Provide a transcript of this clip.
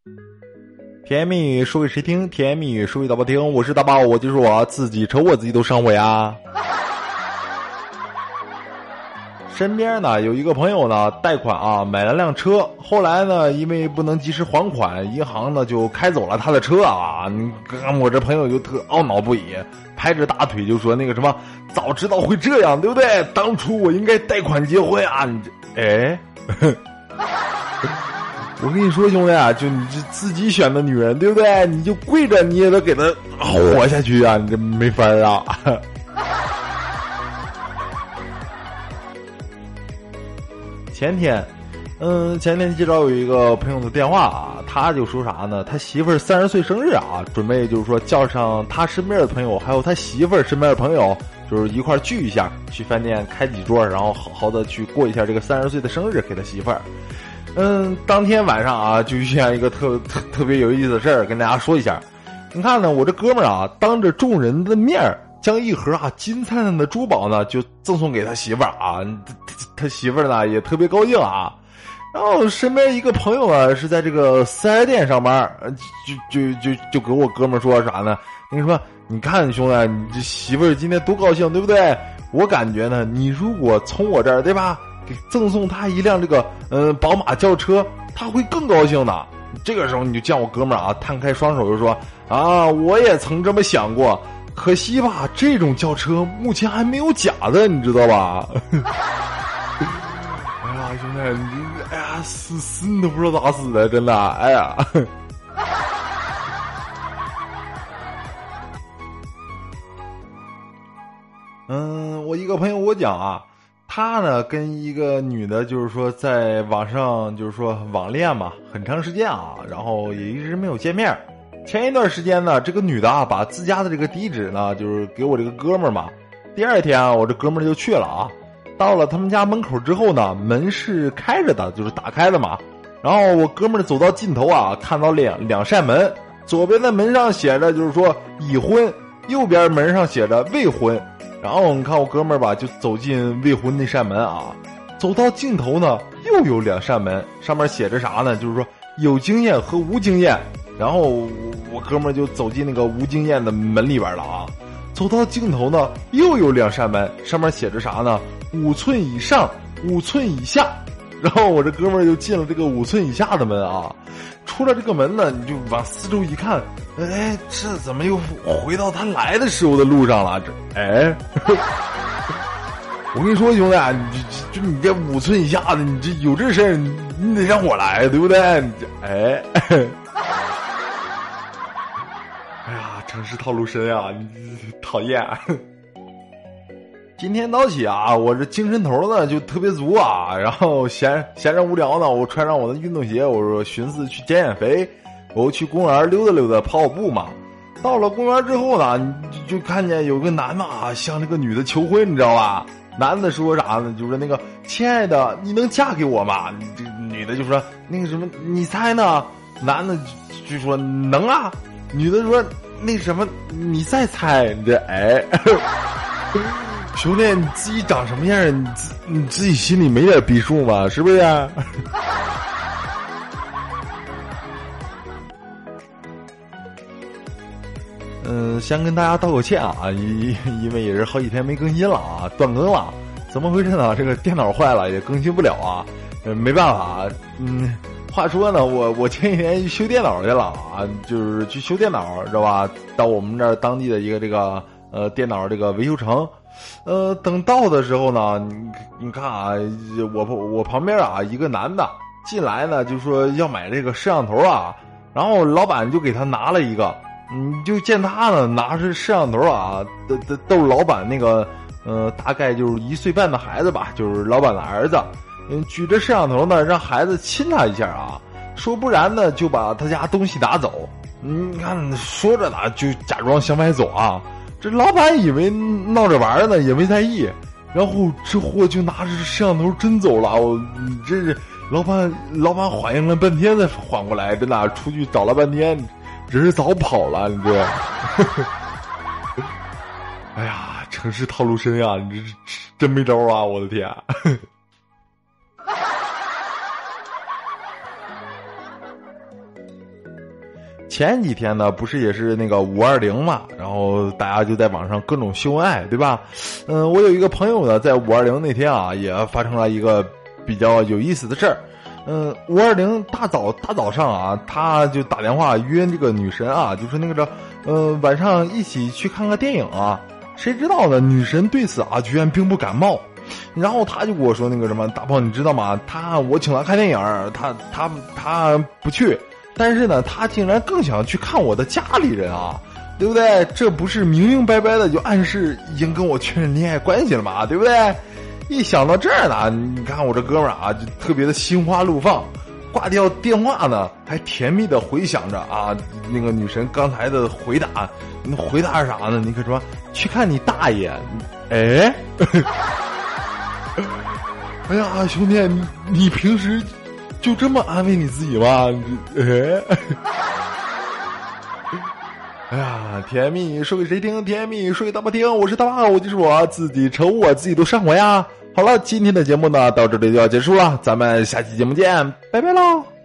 甜言蜜语说给谁听？甜言蜜语说给大宝听。我是大宝，我就是我自己瞅我自己都上火呀。身边呢有一个朋友呢贷款啊买了辆车，后来呢因为不能及时还款，银行呢就开走了他的车啊。我这朋友就特懊恼不已，拍着大腿就说那个什么，早知道会这样，对不对？当初我应该贷款结婚啊！你这我跟你说兄弟啊，就你这自己选的女人，对不对？你就跪着你也得给她活下去啊，你这没法啊。前天接到有一个朋友的电话啊，他就说啥呢？他媳妇儿30岁生日啊，准备就是说叫上他身边的朋友，还有他媳妇儿身边的朋友，就是一块聚一下，去饭店开几桌，然后好好的去过一下这个30岁的生日给他媳妇儿。当天晚上啊，就遇见一个特别有意思的事儿，跟大家说一下。你看呢，我这哥们儿啊，当着众人的面儿，将一盒啊金灿灿的珠宝呢，就赠送给他媳妇儿啊。他媳妇儿呢也特别高兴啊。然后身边一个朋友啊是在这个4S店上班，就给我哥们儿说啥呢？那个什么，你看兄弟，你这媳妇儿今天多高兴，对不对？我感觉呢，你如果从我这儿，对吧？给赠送他一辆这个宝马轿车，他会更高兴的。这个时候你就见我哥们儿啊摊开双手就说啊，我也曾这么想过，可惜吧，这种轿车目前还没有假的，你知道吧？哎呀兄弟，你哎呀死你都不知道咋死的，真的，哎呀。我一个朋友我讲啊，他呢跟一个女的，就是说在网上就是说网恋嘛，很长时间啊，然后也一直没有见面。前一段时间呢，这个女的啊把自家的这个地址呢，就是给我这个哥们儿嘛。第二天啊，我这哥们儿就去了啊。到了他们家门口之后呢，门是开着的，就是打开的嘛。然后我哥们儿走到尽头啊，看到两扇门，左边的门上写着就是说已婚，右边门上写着未婚。然后你看我哥们儿吧，就走进未婚那扇门啊，走到尽头呢，又有2扇门，上面写着啥呢？就是说有经验和无经验。然后我哥们儿就走进那个无经验的门里边了啊，走到尽头呢，又有2扇门，上面写着啥呢？5寸以上，5寸以下。然后我这哥们儿就进了这个5寸以下的门啊，出了这个门呢，你就往四周一看，哎，这怎么又回到他来的时候的路上了？我跟你说兄弟啊，你这5寸以下的，你这有这事儿，你得让我来，对不对？哎呀，城市套路深啊，你讨厌。今天早起啊，我这精神头呢就特别足啊，然后闲着无聊呢，我穿上我的运动鞋，我说寻思去减肥，我去公园溜达溜达，跑步嘛。到了公园之后呢，你就看见有个男的啊向这个女的求婚，你知道吧？男的说啥呢？就是那个亲爱的，你能嫁给我吗？这女的就说那个什么，你猜呢？男的就说能啊。女的说那什么，你再猜。你这兄弟，你自己长什么样，你自己心里没点逼数吗？是不是？先跟大家道个歉啊，因为也是好几天没更新了啊，断更了。怎么回事呢？这个电脑坏了，也更新不了啊。没办法，话说呢，我前几天去修电脑去了啊，就是去修电脑，知道吧？到我们这儿当地的一个这个电脑这个维修城。等到的时候呢，你看啊，我旁边啊一个男的进来呢，就说要买这个摄像头啊，然后老板就给他拿了一个，就见他呢拿着摄像头啊，逗老板那个大概就是1岁半的孩子吧，就是老板的儿子，举着摄像头呢让孩子亲他一下啊，说不然呢就把他家东西拿走。你看说着呢就假装想买走啊。这老板以为闹着玩呢，也没在意，然后这货就拿着摄像头真走了。这是老板反应了半天才缓过来，真的出去找了半天，人早跑了，你这。哎呀，城市套路深啊，你这真没招啊！我的天。 前几天呢，不是也是那个520嘛，然后大家就在网上各种秀爱，对吧？我有一个朋友呢，在520那天啊，也发生了一个比较有意思的事儿。520大早上啊，他就打电话约这个女神啊，就说那个晚上一起去看个电影啊。谁知道呢？女神对此啊，居然并不感冒。然后他就跟我说那个什么，大炮你知道吗？我请他看电影，他不去。但是呢，他竟然更想去看我的家里人啊，对不对？这不是明明白白的就暗示已经跟我确认恋爱关系了嘛，对不对？一想到这儿呢，你看我这哥们儿啊，就特别的心花怒放。挂掉电话呢，还甜蜜的回想着啊，那个女神刚才的回答，回答是啥呢？你可说去看你大爷，哎，哎呀，兄弟，你平时就这么安慰你自己吗？哎呀，甜蜜说给谁听？甜蜜说给大爸听。我是大爸，我就是我自己愁我自己都上火呀。好了，今天的节目呢到这里就要结束了，咱们下期节目见，拜拜喽。